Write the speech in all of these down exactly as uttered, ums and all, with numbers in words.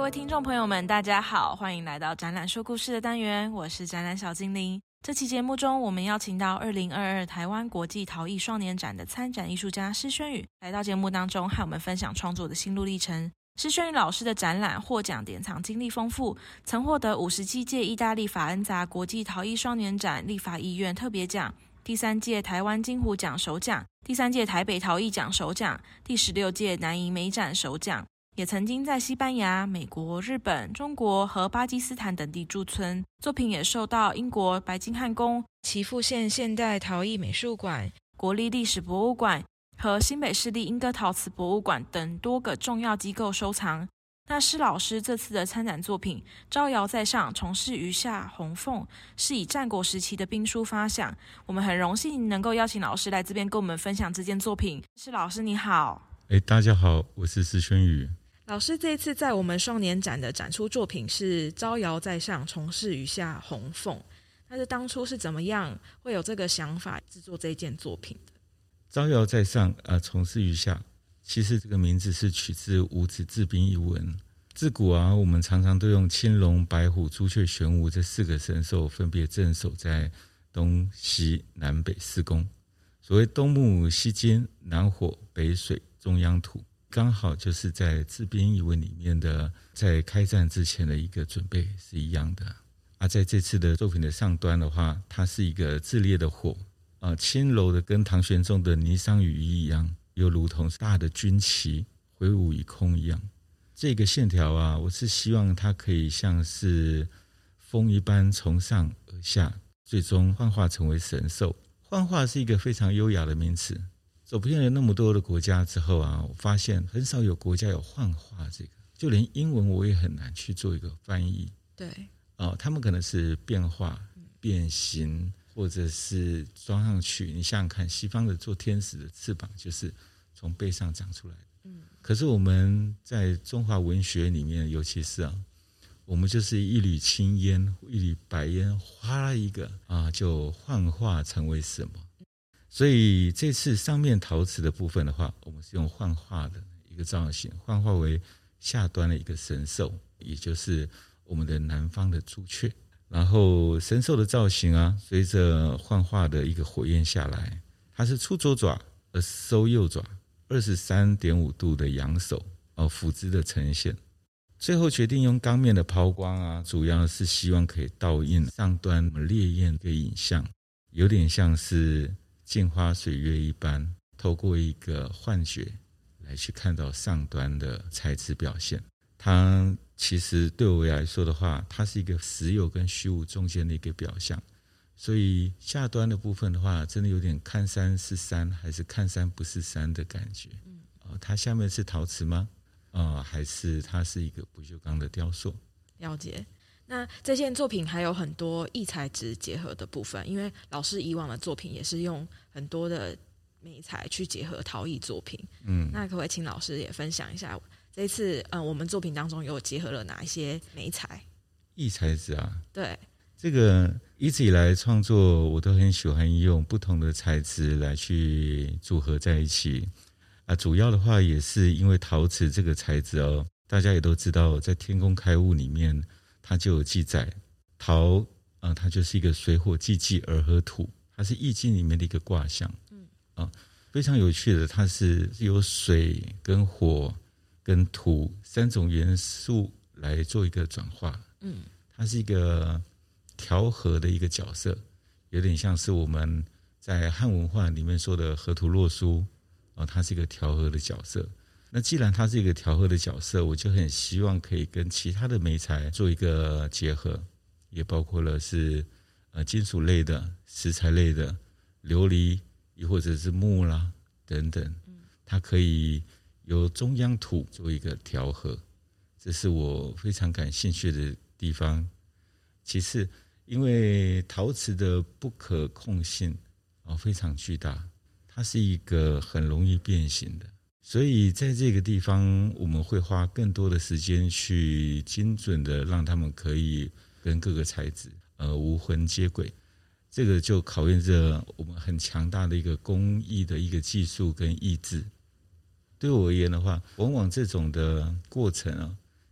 各位听众朋友们大家好，欢迎来到展览说故事的单元，我是展览小精灵。这期节目中，我们邀请到二零二二台湾国际陶艺双年展的参展艺术家施轩宇来到节目当中，和我们分享创作的心路历程。施轩宇老师的展览获奖典藏经历丰富，曾获得五十七届意大利法恩杂国际陶艺双年展立法艺院特别奖、第三届台湾金虎奖首奖、第三届台北陶艺奖首奖、第十六届南移美展首奖，也曾经在西班牙、美国、日本、中国和巴基斯坦等地驻村，作品也受到英国白金汉宫、岐阜县现代陶艺美术馆、国立历史博物馆和新北市立莺歌陶瓷博物馆等多个重要机构收藏。那施老师这次的参展作品《招摇在上，从事余下红凤》是以战国时期的兵书发想，我们很荣幸能够邀请老师来这边跟我们分享这件作品。施老师你好。 哎，大家好，我是施轩宇。 老师这次在我们双年展的展出作品是《招摇在上，从事余下红凤》，但是当初是怎么样会有这个想法制作这件作品的？ 招摇在上，呃，从事余下，其实这个名字是取自五子治兵一文。自古啊，我们常常都用青龙、白虎、朱雀、玄武这四个神兽分别镇守在东西南北四宫。所谓东木、西金、南火、北水、中央土，刚好就是在治兵一文里面的在开战之前的一个准备是一样的。啊，在这次的作品的上端的话，它是一个炽烈的火，啊，轻柔的跟唐玄宗的霓裳羽衣一样，又如同大的军旗挥舞于空一样。这个线条啊，我是希望它可以像是风一般从上而下，最终幻化成为神兽。幻化是一个非常优雅的名词，走遍了那么多的国家之后啊，我发现很少有国家有幻化这个，就连英文我也很难去做一个翻译。 对， 哦，他们可能是变化、变形，或者是装上去。你想想看，西方的做天使的翅膀就是从背上长出来的。嗯，可是我们在中华文学里面，尤其是啊，我们就是一缕青烟、一缕白烟，哗啦一个啊，就幻化成为什么？所以这次上面陶瓷的部分的话，我们是用幻化的一个造型，幻化为下端的一个神兽，也就是我们的南方的朱雀。然后神兽的造型啊，随着幻化的一个火焰下来，它是出左爪而收右爪，二十三点五度的仰手哦，俯姿的呈现。最后决定用钢面的抛光啊，主要是希望可以倒映上端烈焰的影像，有点像是镜花水月一般，透过一个幻觉来去看到上端的材质表现。它其实对我来说的话，它是一个实有跟虚无中间的一个表象，所以下端的部分的话，真的有点看山是山还是看山不是山的感觉。嗯呃、它下面是陶瓷吗？呃、还是它是一个不锈钢的雕塑？ 了解。那这件作品还有很多异材质结合的部分，因为老师以往的作品也是用很多的媒材去结合陶艺作品。嗯，那可不可以请老师也分享一下这一次呃我们作品当中有结合了哪一些媒材？ 异材质啊， 对， 这个一直以来创作我都很喜欢用不同的材质来去组合在一起啊。主要的话也是因为陶瓷这个材质哦，大家也都知道，在天工开物里面它就有记载，陶啊，它就是一个水火既济而合土，它是易经里面的一个卦象。嗯啊，非常有趣的，它是由水跟火跟土三种元素来做一个转化。嗯，它是一个调和的一个角色，有点像是我们在汉文化里面说的河图洛书啊，它是一个调和的角色。那既然它是一个调和的角色，我就很希望可以跟其他的媒材做一个结合，也包括了是呃金属类的、石材类的、琉璃，亦或者是木啦等等，它可以由中央土做一个调和，这是我非常感兴趣的地方。其次，因为陶瓷的不可控性哦非常巨大，它是一个很容易变形的。所以在这个地方我们会花更多的时间去精准的让他们可以跟各个材质呃无痕接轨，这个就考验着我们很强大的一个工艺的一个技术跟意志。对我而言的话，往往这种的过程啊，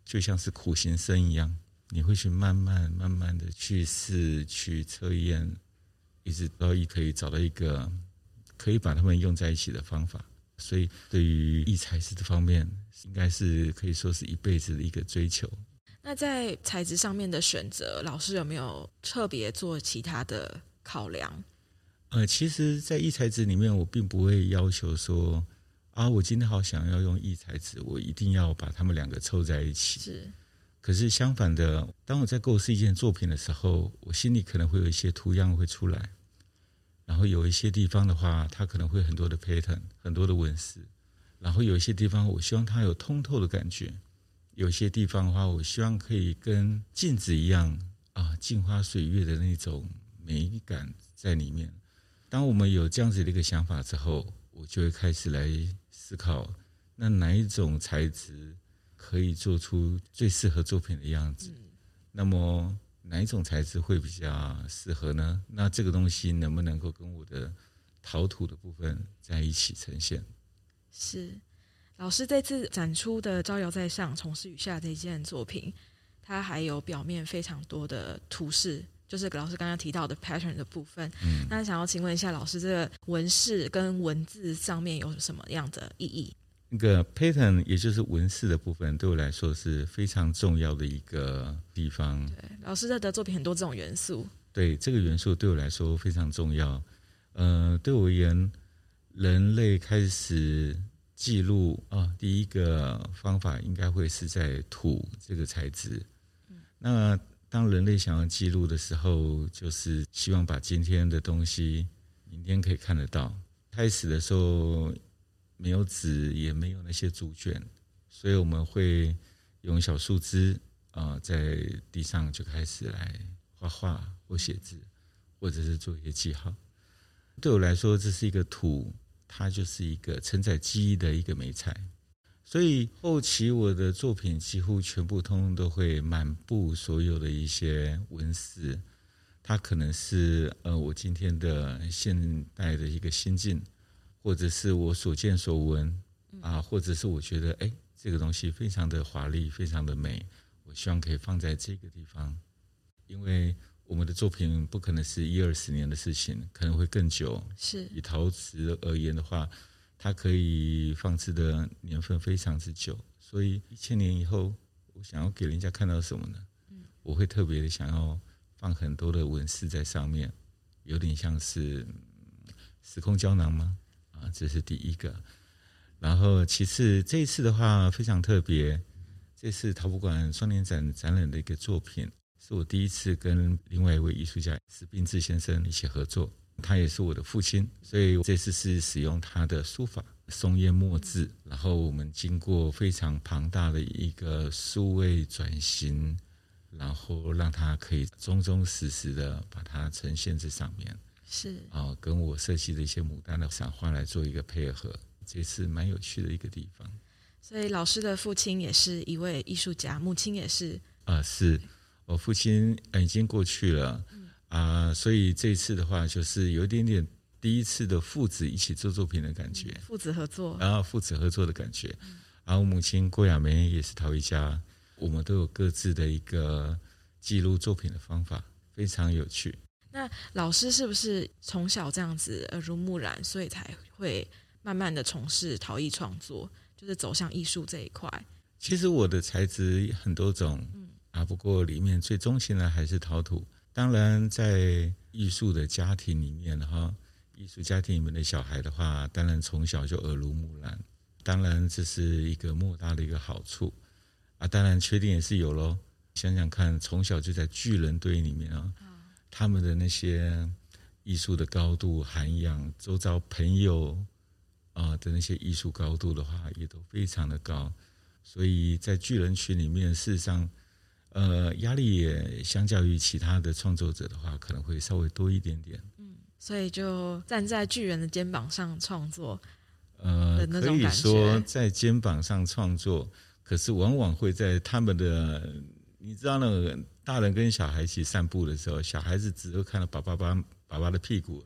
就像是苦行僧一样，你会去慢慢慢慢的去试去测验，一直到一可以找到一个可以把它们用在一起的方法。所以对于艺材质这方面应该是可以说是一辈子的一个追求。 那在材质上面的选择，老师有没有特别做其他的考量？ 呃，其实在艺材质里面我并不会要求说啊，我今天好想要用艺材质，我一定要把它们两个凑在一起。 是。 可是相反的，当我在构思一件作品的时候，我心里可能会有一些图样会出来，然后有一些地方的话它可能会很多的 pattern 很多的纹饰，然后有一些地方我希望它有通透的感觉，有些地方的话我希望可以跟镜子一样啊，镜花水月的那种美感在里面。当我们有这样子的一个想法之后，我就会开始来思考，那哪一种材质可以做出最适合作品的样子、嗯、那么哪一种材质会比较适合呢？那这个东西能不能够跟我的陶土的部分在一起呈现？ 是。老师这次展出的招摇在上从事雨下这一件作品，它还有表面非常多的图示，就是老师刚刚提到的 pattern 的部分、嗯、那想要请问一下老师，这个纹饰跟文字上面有什么样的意义？ 那个 pattern 也就是纹饰的部分对我来说是非常重要的一个地方。 对，老师的作品很多这种元素。 对，这个元素对我来说非常重要。呃，对我而言，人类开始记录啊，第一个方法应该会是在土这个材质、嗯、那当人类想要记录的时候，就是希望把今天的东西明天可以看得到。开始的时候没有纸，也没有那些竹卷，所以我们会用小树枝、呃、在地上就开始来画画或写字，或者是做一些记号。对我来说，这是一个土，它就是一个承载记忆的一个媒材。所以后期我的作品几乎全部通通都会满布所有的一些纹饰，它可能是呃我今天的现代的一个心境，或者是我所见所闻啊，或者是我觉得哎这个东西非常的华丽，非常的美，我希望可以放在这个地方。因为我们的作品不可能是一二十年的事情，可能会更久。 是以陶瓷而言的话，它可以放置的年份非常之久，所以一千年以后，我想要给人家看到什么呢？嗯、我会特别的想要放很多的纹饰在上面，有点像是时空胶囊吗？啊，这是第一个。然后其次，这一次的话非常特别，这次陶博馆双年展展览的一个作品，是我第一次跟另外一位艺术家史宾治先生一起合作。他也是我的父亲，所以这次是使用他的书法松叶墨字，然后我们经过非常庞大的一个数位转型，然后让它可以忠忠实实的把它呈现在上面， 是啊，跟我设计的一些牡丹的赏花来做一个配合，这是蛮有趣的一个地方。 所以老师的父亲也是一位艺术家，母亲也是啊，是我父亲已经过去了。嗯啊、呃，所以这一次的话，就是有一点点第一次的父子一起做作品的感觉， 嗯、父子合作， 然后父子合作的感觉。嗯、然后母亲郭雅梅也是陶艺家，我们都有各自的一个记录作品的方法，非常有趣。 那老师是不是从小这样子耳濡目染，所以才会慢慢的从事陶艺创作，就是走向艺术这一块？ 其实我的材质很多种，嗯、啊，不过里面最钟情的还是陶土。当然在艺术的家庭里面哈，艺术家庭里面的小孩的话，当然从小就耳濡目染，当然这是一个莫大的一个好处啊，当然缺点也是有咯。想想看，从小就在巨人队里面啊，他们的那些艺术的高度涵养，周遭朋友啊的那些艺术高度的话，也都非常的高，所以在巨人群里面，事实上呃，压力也相较于其他的创作者的话，可能会稍微多一点点。嗯， 所以就站在巨人的肩膀上创作， 呃，可以说在肩膀上创作，可是往往会在他们的，你知道那个大人跟小孩一起散步的时候，小孩子只会看到爸爸爸爸爸的屁股而已，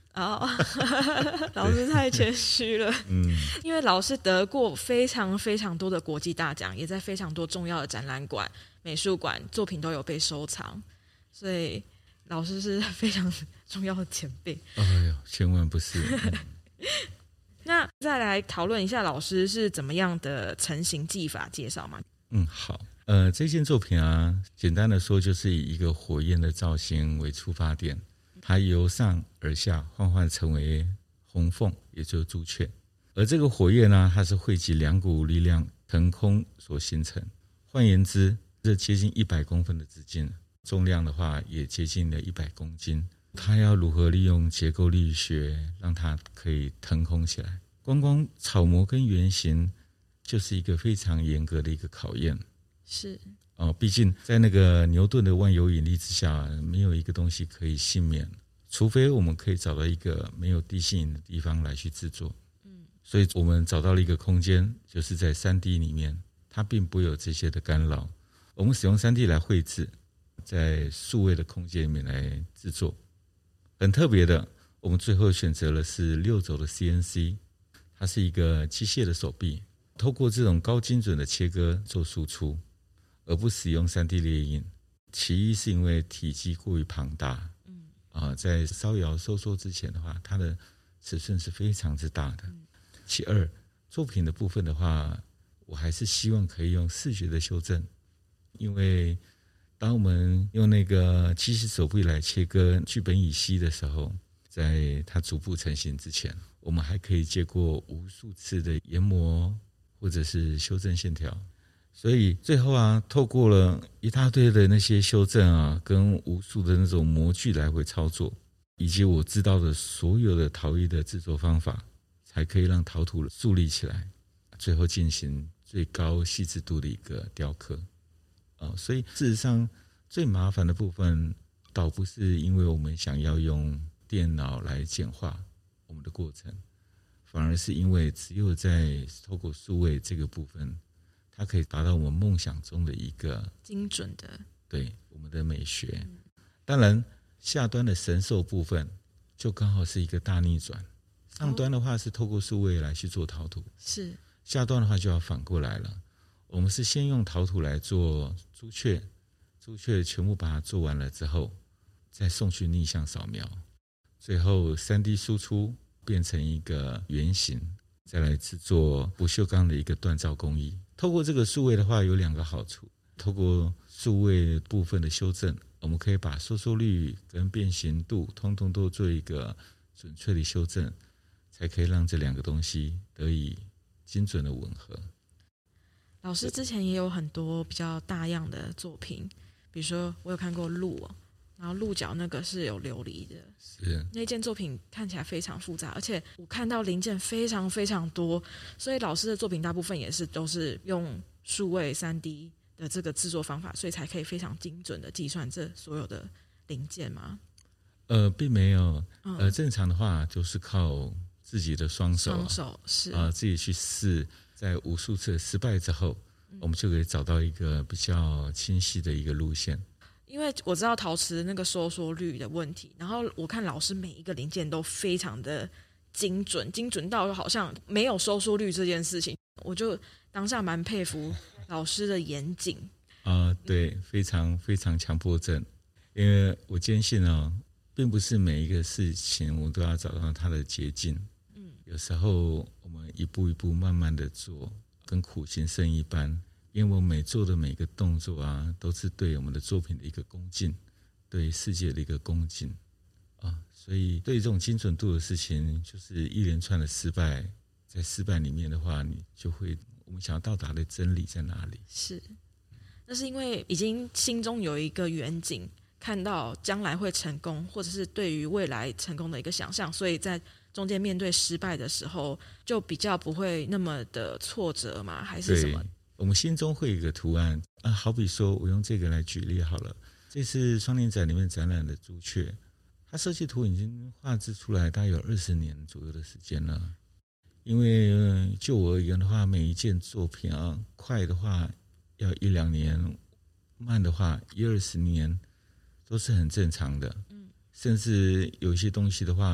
哦，老师太谦虚了。嗯，因为老师得过非常非常多的国际大奖，也在非常多重要的展览馆、美术馆作品都有被收藏，所以老师是非常重要的前辈。 哎呦，千万不是。嗯、 那再来讨论一下老师是怎么样的成型技法介绍吗？ 嗯，好。呃，这件作品啊，简单的说就是以一个火焰的造型为出发点。它由上而下幻化成为红凤，也就是朱雀。而这个火焰呢，它是汇集两股力量腾空所形成。换言之，这接近一百公分的直径，重量的话也接近了一百公斤。它要如何利用结构力学让它可以腾空起来？光光草模跟圆形就是一个非常严格的一个考验。 是。 哦，毕竟在那个牛顿的万有引力之下，没有一个东西可以幸免，除非我们可以找到一个没有地心引的地方来去制作。嗯，所以我们找到了一个空间，就是在 三 D 里面，它并不会有这些的干扰。我们使用 三 D 来绘制，在数位的空间里面来制作。很特别的，我们最后选择了是六轴的 C N C， 它是一个机械的手臂，透过这种高精准的切割做输出。而不使用 三 D 列印，其一是因为体积过于庞大，嗯啊、呃，在烧窑收缩之前的话，它的尺寸是非常之大的。嗯、其二，作品的部分的话，我还是希望可以用视觉的修正，因为当我们用那个机械手臂来切割聚苯乙烯的时候，在它逐步成型之前，我们还可以借过无数次的研磨或者是修正线条。所以最后啊，透过了一大堆的那些修正啊，跟无数的那种模具来回操作，以及我知道的所有的陶艺的制作方法，才可以让陶土竖立起来，最后进行最高细致度的一个雕刻。呃、所以事实上最麻烦的部分，倒不是因为我们想要用电脑来简化我们的过程，反而是因为只有在透过数位这个部分，它可以达到我们梦想中的一个精准的， 对我们的美学。嗯、当然，下端的神兽部分就刚好是一个大逆转。上端的话是透过数位来去做陶土， 是下端的话就要反过来了。我们是先用陶土来做朱雀，朱雀全部把它做完了之后，再送去逆向扫描，最后 三 D 输出变成一个圆形，再来制作不锈钢的一个锻造工艺。透过这个数位的话有两个好处，透过数位部分的修正，我们可以把收缩率跟变形度通通都做一个准确的修正，才可以让这两个东西得以精准的吻合。 老师之前也有很多比较大样的作品，比如说我有看过鹿、哦、然后鹿角那个是有琉璃的， 是那件作品看起来非常复杂，而且我看到零件非常非常多，所以老师的作品大部分也是都是用数位 三 D 的这个制作方法，所以才可以非常精准的计算这所有的零件吗？ 呃，并没有，呃，正常的话就是靠自己的双手， 双手是啊、呃，自己去试，在无数次失败之后，嗯、我们就可以找到一个比较清晰的一个路线。 因为我知道陶瓷那个收缩率的问题，然后我看老师每一个零件都非常的精准，精准到好像没有收缩率这件事情，我就当下蛮佩服老师的严谨啊、呃，对，非常非常强迫症，因为我坚信哦，并不是每一个事情我们都要找到它的捷径，嗯，有时候我们一步一步慢慢的做，跟苦行僧一般。因为我们每做的每个动作啊，都是对我们的作品的一个恭敬，对世界的一个恭敬啊，所以对这种精准度的事情，就是一连串的失败，在失败里面的话，你就会我们想要到达的真理在哪里？ 是，那是因为已经心中有一个远景，看到将来会成功，或者是对于未来成功的一个想象，所以在中间面对失败的时候，就比较不会那么的挫折嘛，还是什么？ 我们心中会有一个图案啊，好比说我用这个来举例好了，这次双年展里面展览的朱雀，它设计图已经画制出来大概有二十年左右的时间了。因为、呃、就我而言的话，每一件作品啊，快的话要一两年，慢的话一二十年都是很正常的。嗯，甚至有一些东西的话，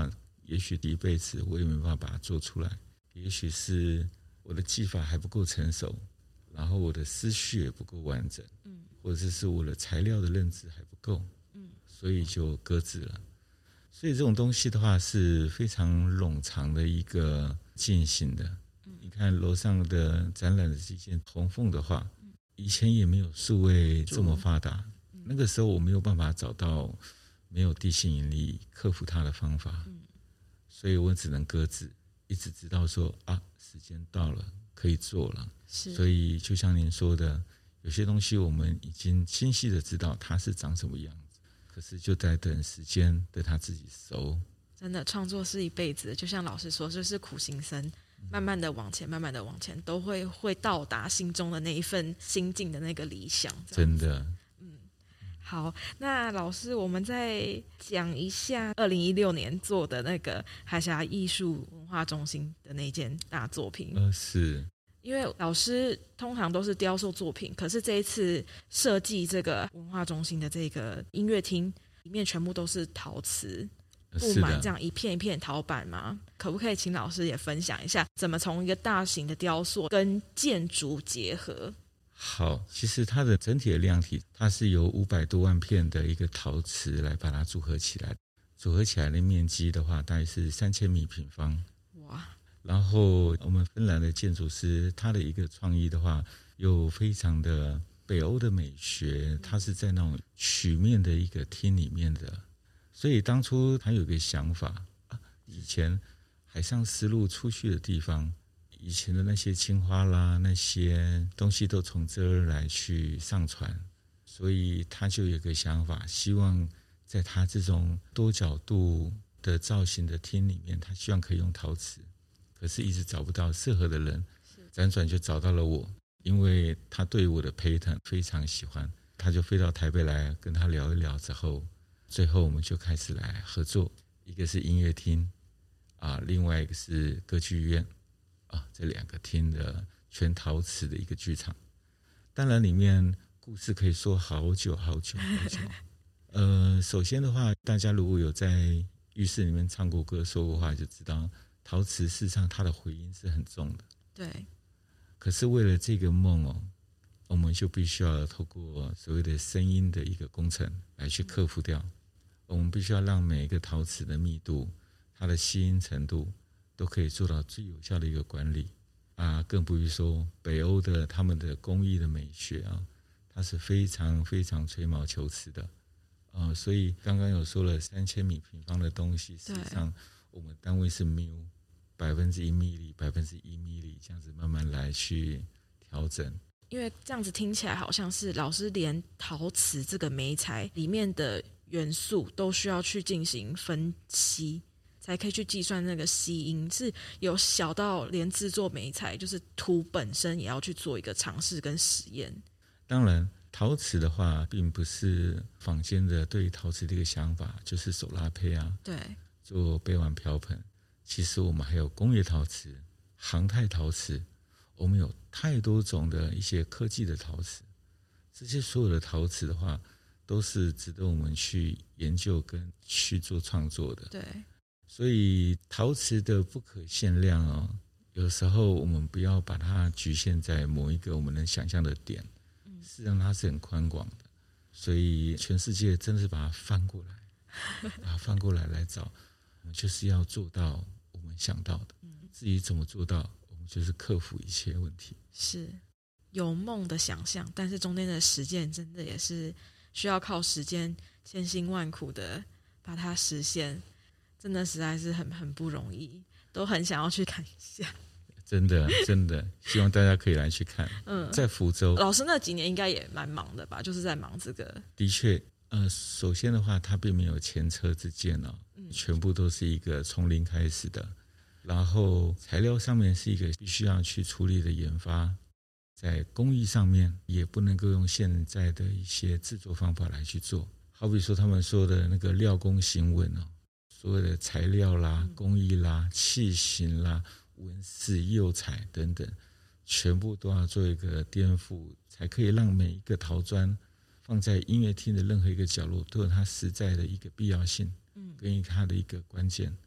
也许一辈子我也没办法把它做出来，也许是我的技法还不够成熟，然后我的思绪也不够完整，嗯，或者是我的材料的认知还不够，嗯，所以就搁置了。所以这种东西的话是非常冗长的一个进行的。嗯、你看楼上的展览的这件红凤的画，以前也没有数位这么发达，嗯、那个时候我没有办法找到没有地心引力克服它的方法，嗯、所以我只能搁置，一直直到说啊，时间到了可以做了。所以就像您说的，有些东西我们已经清晰的知道它是长什么样子，可是就在等时间，等它自己熟。 真的，创作是一辈子，就像老师说，就是苦行僧，慢慢的往前，慢慢的往前，都会会到达心中的那一份心境的那个理想。 真的。 嗯，好，那老师，我们再讲一下二零一六年做的那个海峡艺术文化中心的那件大作品。 呃，是。 因为老师通常都是雕塑作品，可是这一次设计这个文化中心的这个音乐厅里面全部都是陶瓷，布满这样一片一片陶板吗？可不可以请老师也分享一下，怎么从一个大型的雕塑跟建筑结合？ 好，其实它的整体的量体，它是由五百多万片的一个陶瓷来把它组合起来，组合起来的面积的话，大概是三千米平方。哇！然后我们芬兰的建筑师，他的一个创意的话，又非常的北欧的美学，他是在那种曲面的一个厅里面的，所以当初他有一个想法，啊、以前海上丝路出去的地方，以前的那些青花啦，那些东西都从这儿来去上船，所以他就有一个想法，希望在他这种多角度的造型的厅里面，他希望可以用陶瓷。可是一直找不到适合的人，辗转就找到了我，因为他对我的 pattern 非常喜欢，他就飞到台北来跟他聊一聊之后，最后我们就开始来合作，一个是音乐厅啊，另外一个是歌剧院啊，这两个厅的全陶瓷的一个剧场。当然里面故事可以说好久好久好久。呃，首先的话，大家如果有在浴室里面唱过歌说过话，就知道陶瓷事实上它的回音是很重的。对。可是为了这个梦哦，我们就必须要透过所谓的声音的一个工程来去克服掉。我们必须要让每一个陶瓷的密度，它的吸音程度都可以做到最有效的一个管理啊，更不必说北欧的他们的工艺的美学啊，它是非常非常吹毛求疵的。呃，所以刚刚有说了三千米平方的东西，实际上我们单位是 μ， 百分之一米里，百分之一米里，这样子慢慢来去调整。 因为这样子听起来好像是老师连陶瓷这个媒材里面的元素都需要去进行分析，才可以去计算那个吸音，是有小到连制作媒材，就是图本身也要去做一个尝试跟实验。 当然陶瓷的话并不是坊间的对于陶瓷的一个想法，就是手拉胚啊，对，做杯碗瓢盆。其实我们还有工业陶瓷、航太陶瓷，我们有太多种的一些科技的陶瓷。这些所有的陶瓷的话，都是值得我们去研究跟去做创作的。对，所以陶瓷的不可限量哦，有时候我们不要把它局限在某一个我们能想象的点。事实上它是很宽广的，所以全世界真的是把它翻过来，把它翻过来来找，我们就是要做到我们想到的。至于怎么做到，我们就是克服一切问题。 是有梦的想象，但是中间的实践真的也是需要靠时间千辛万苦的把它实现，真的实在是很很不容易，都很想要去看一下。 真的真的希望大家可以来去看。嗯，在福州老师那几年应该也蛮忙的吧，就是在忙这个。 的确呃，首先的话它并没有前车之鉴哦，嗯，全部都是一个从零开始的，然后材料上面是一个必须要去处理的研发，在工艺上面也不能够用现在的一些制作方法来去做，好比说他们说的那个料工行文哦，所有的材料啦、工艺啦、器型啦、纹饰、釉彩等等，全部都要做一个颠覆，才可以让每一个陶砖放在音乐厅的任何一个角落都有它实在的一个必要性，跟它的一个关键。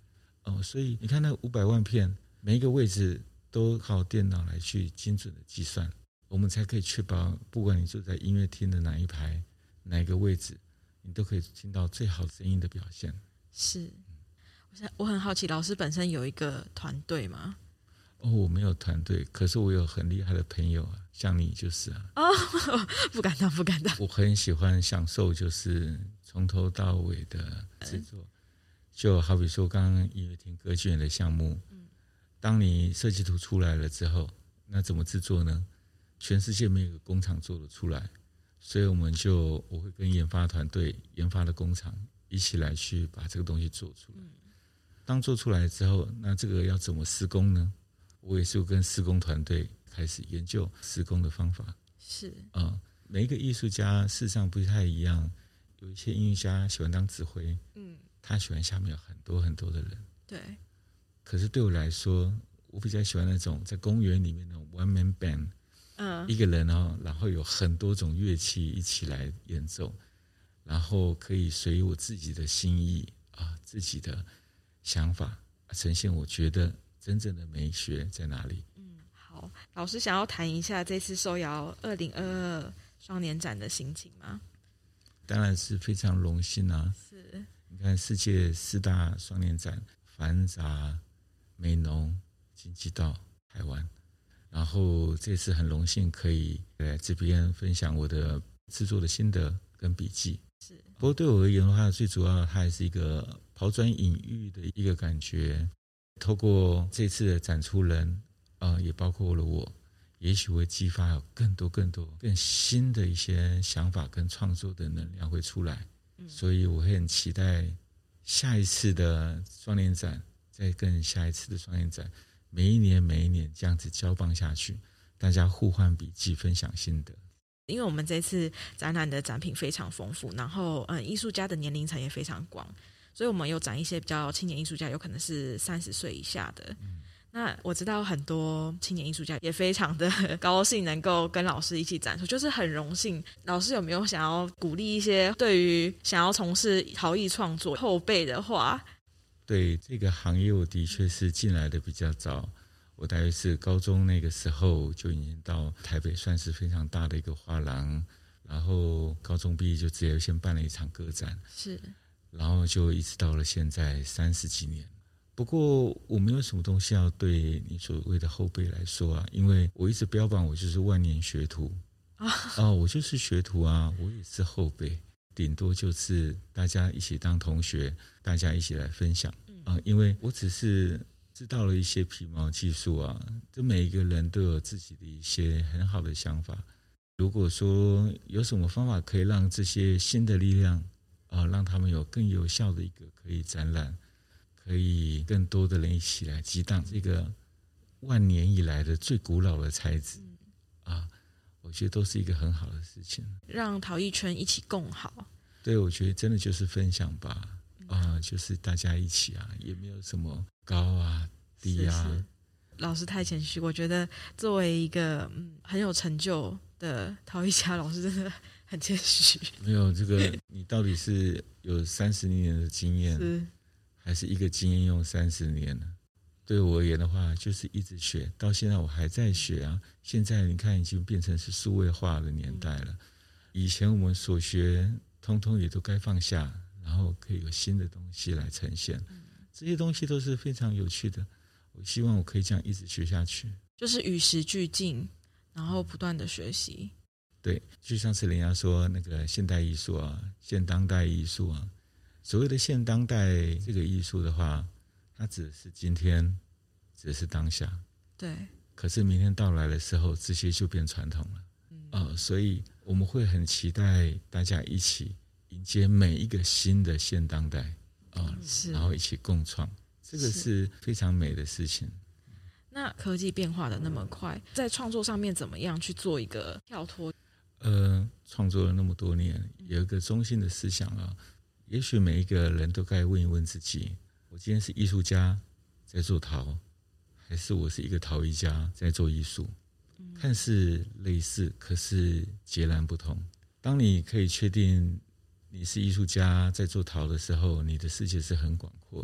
哦，所以你看那五百万片，每一个位置都靠电脑来去精准的计算，我们才可以确保，不管你坐在音乐厅的哪一排、哪一个位置，你都可以听到最好声音的表现。 是，我很好奇，老师本身有一个团队吗？ 哦，我没有团队，可是我有很厉害的朋友啊，像你就是啊。 哦，不敢当，不敢当。 我很喜欢享受，就是从头到尾的制作。就好比说刚刚音乐厅歌剧院的项目，当你设计图出来了之后，那怎么制作呢？全世界没有一个工厂做得出来，所以我们就我会跟研发团队、研发的工厂一起来去把这个东西做出来。当做出来之后，那这个要怎么施工呢？我也是跟施工团队开始研究施工的方法。 是啊、呃，每一个艺术家事实上不太一样，有一些音乐家喜欢当指挥，嗯，他喜欢下面有很多很多的人， 对。 可是对我来说，我比较喜欢那种在公园里面的 one man band，嗯，一个人哦，然后有很多种乐器一起来演奏，然后可以随我自己的心意啊，自己的想法呈现，我觉得真正的美学在哪里？ 嗯，好，老师想要谈一下这次受邀二零二二双年展的心情吗？ 当然是非常荣幸啊！ 是， 你看世界四大双年展，繁杂、美浓、经济道、台湾，然后这次很荣幸可以来这边分享我的制作的心得跟笔记。是，不过对我而言的话，最主要它还是一个抛砖引玉的一个感觉。透过这次的展出人，呃，也包括了我，也许会激发有更多更多更新的一些想法跟创作的能量会出来。嗯、所以我会很期待下一次的双年展，再跟下一次的双年展，每一年每一年这样子交棒下去，大家互换笔记，分享心得。 因为我们这次展览的展品非常丰富，然后嗯，艺术家的年龄层也非常广，所以我们有展一些比较青年艺术家，有可能是三十岁以下的。嗯、那我知道很多青年艺术家也非常的高兴能够跟老师一起展出，就是很荣幸。老师有没有想要鼓励一些对于想要从事陶艺创作后辈的话？ 对，这个行业我的确是进来的比较早。我大约是高中那个时候就已经到台北，算是非常大的一个画廊，然后高中毕业就直接先办了一场个展， 是， 然后就一直到了现在三十几年。不过我没有什么东西要对你所谓的后辈来说啊，因为我一直标榜我就是万年学徒啊、哦，我就是学徒啊，我也是后辈，顶多就是大家一起当同学，大家一起来分享啊、呃，因为我只是知道了一些皮毛技术啊，这每一个人都有自己的一些很好的想法。如果说有什么方法可以让这些新的力量啊、呃，让他们有更有效的一个可以展览，可以更多的人一起来激荡这个万年以来的最古老的材质啊，我觉得都是一个很好的事情， 让陶艺圈一起共好。 对，我觉得真的就是分享吧。啊、呃，就是大家一起啊，也没有什么高啊、低啊。 是是，老师太谦虚，我觉得作为一个嗯很有成就的陶艺家，老师真的很谦虚。 没有这个，你到底是有三十年的经验， 是还是一个经验用三十年呢？对我而言的话，就是一直学，到现在我还在学啊。现在你看，已经变成是数位化的年代了。嗯、以前我们所学，通通也都该放下。然后可以有新的东西来呈现，这些东西都是非常有趣的。我希望我可以这样一直学下去， 就是与时俱进，然后不断的学习。 对，就像是人家说那个现代艺术啊，现当代艺术啊，所谓的现当代这个艺术的话，它指的是今天，指的是当下。 对。 可是明天到来的时候，这些就变传统了。嗯、呃，所以我们会很期待大家一起迎接每一个新的现当代啊、呃，然后一起共创，这个是非常美的事情。 那科技变化的那么快，在创作上面怎么样去做一个跳脱？ 呃，创作了那么多年，有一个中心的思想啊，也许每一个人都该问一问自己：我今天是艺术家在做陶，还是我是一个陶艺家在做艺术？嗯、看似类似，可是截然不同。当你可以确定你是艺术家在做陶的时候，你的世界是很广阔的，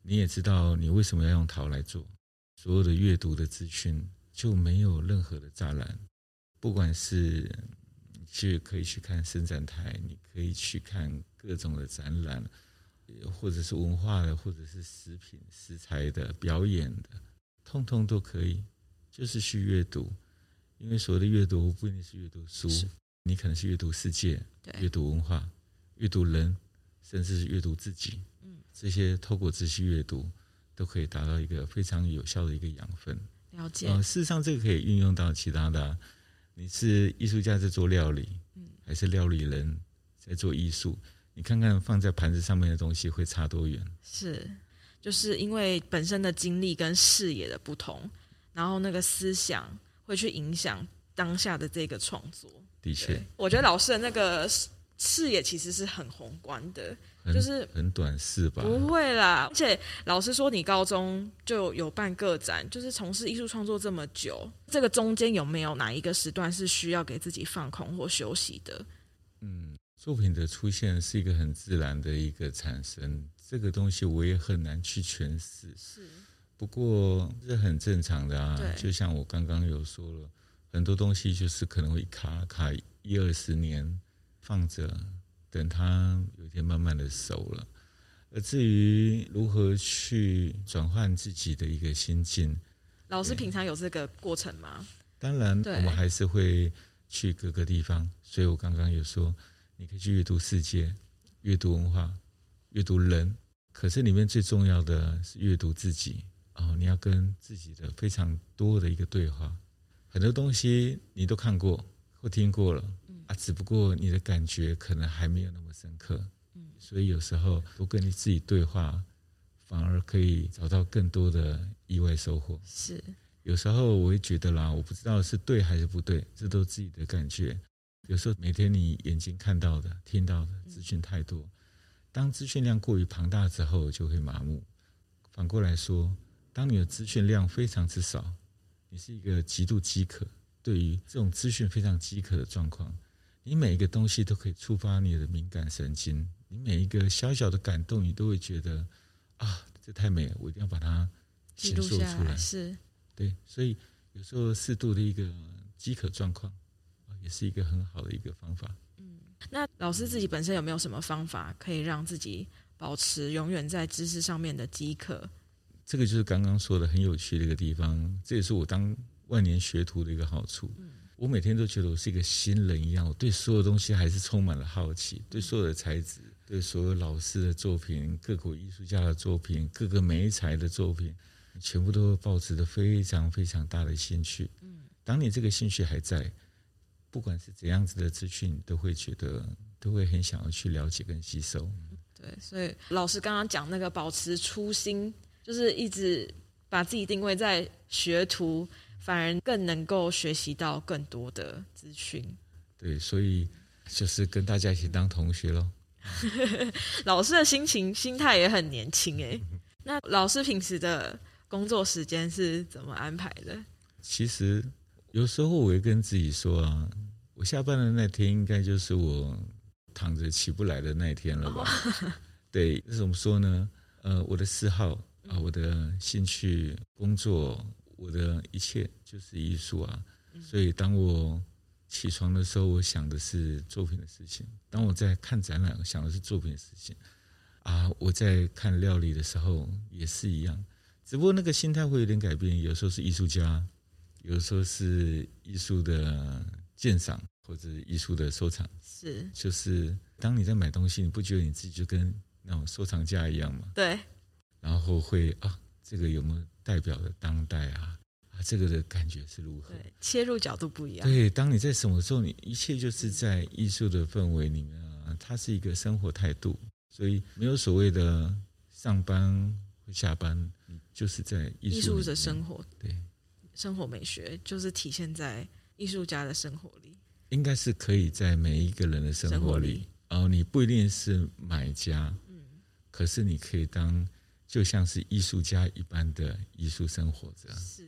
你也知道你为什么要用陶来做，所有的阅读的资讯就没有任何的栅栏，不管是你去可以去看伸展台，你可以去看各种的展览，或者是文化的，或者是食品食材的表演的，通通都可以，就是去阅读。因为所谓的阅读不一定是阅读书，你可能是阅读世界，阅读文化，阅读人，甚至是阅读自己。嗯，这些透过仔细阅读都可以达到一个非常有效的一个养分。 了解。 呃、事实上这个可以运用到其他的、啊、你是艺术家在做料理、嗯、还是料理人在做艺术，你看看放在盘子上面的东西会差多远。 是，就是因为本身的经历跟视野的不同，然后那个思想会去影响当下的这个创作。 的确， 我觉得老师的那个视野其实是很宏观的，就是很短视吧？ 不会啦，而且老师说你高中就有办个展，就是从事艺术创作这么久，这个中间有没有哪一个时段是需要给自己放空或休息的？ 嗯，作品的出现是一个很自然的一个产生，这个东西我也很难去诠释。是，不过这很正常的啊。就像我刚刚有说了，很多东西就是可能会卡卡一二十年放着，等它有一天慢慢的熟了。而至于如何去转换自己的一个心境， 老师平常有这个过程吗？ 当然我们还是会去各个地方，所以我刚刚有说你可以去阅读世界，阅读文化，阅读人，可是里面最重要的是阅读自己、哦、你要跟自己的非常多的一个对话。很多东西你都看过或听过了、嗯啊、只不过你的感觉可能还没有那么深刻、嗯、所以有时候多跟你自己对话，反而可以找到更多的意外收获。 是， 有时候我会觉得啦，我不知道是对还是不对，这都是自己的感觉。有时候每天你眼睛看到的听到的资讯太多，当资讯量过于庞大之后就会麻木。反过来说，当你的资讯量非常之少，你是一个极度饥渴，对于这种资讯非常饥渴的状况，你每一个东西都可以触发你的敏感神经，你每一个小小的感动你都会觉得啊，这太美了，我一定要把它显露出来。 是， 对，所以有时候适度的一个饥渴状况也是一个很好的一个方法。 嗯，那老师自己本身有没有什么方法可以让自己保持永远在知识上面的饥渴？ 这个就是刚刚说的很有趣的一个地方，这也是我当万年学徒的一个好处。嗯，我每天都觉得我是一个新人一样，我对所有东西还是充满了好奇，对所有的材质，对所有老师的作品，各国艺术家的作品，各个媒材的作品，全部都抱持着非常非常大的兴趣。嗯，当你这个兴趣还在，不管是怎样子的资讯，都会觉得都会很想要去了解跟吸收。 对，所以老师刚刚讲那个保持初心，就是一直把自己定位在学徒，反而更能够学习到更多的资讯。 对，所以就是跟大家一起当同学咯。 老师的心情心态也很年轻耶。那老师平时的工作时间是怎么安排的？ 其实有时候我会跟自己说啊，我下班的那天应该就是我躺着起不来的那一天了吧。哦、对，怎么说呢？呃，我的嗜好啊，我的兴趣、工作，我的一切就是艺术啊。嗯、所以当我起床的时候，我想的是作品的事情；当我在看展览，我想的是作品的事情。啊，我在看料理的时候也是一样，只不过那个心态会有点改变。有时候是艺术家，有时候是艺术的鉴赏或者艺术的收藏。是，就是当你在买东西，你不觉得你自己就跟那种收藏家一样吗？ 对。 然后会啊，这个有没有代表的当代啊？啊，这个的感觉是如何？ 对，切入角度不一样。 对，当你在什么时候，你一切就是在艺术的氛围里面啊，它是一个生活态度。所以没有所谓的上班或下班，就是在艺术艺术的生活。 对， 生活美学就是体现在艺术家的生活里， 应该是可以在每一个人的生活里。然后你不一定是买家，嗯，可是你可以当就像是艺术家一般的艺术生活着。是。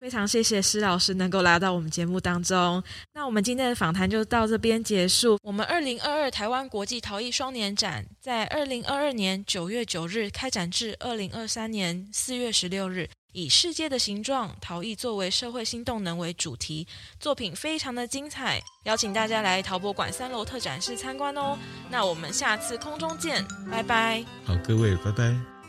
非常谢谢施老师能够来到我们节目当中。那我们今天的访谈就到这边结束。我们二零二二台湾国际陶艺双年展在二零二二年九月九日开展至二零二三年四月十六日，以世界的形状陶艺作为社会新动能为主题，作品非常的精彩，邀请大家来陶博馆三楼特展室参观哦。那我们下次空中见，拜拜。 好，各位，拜拜。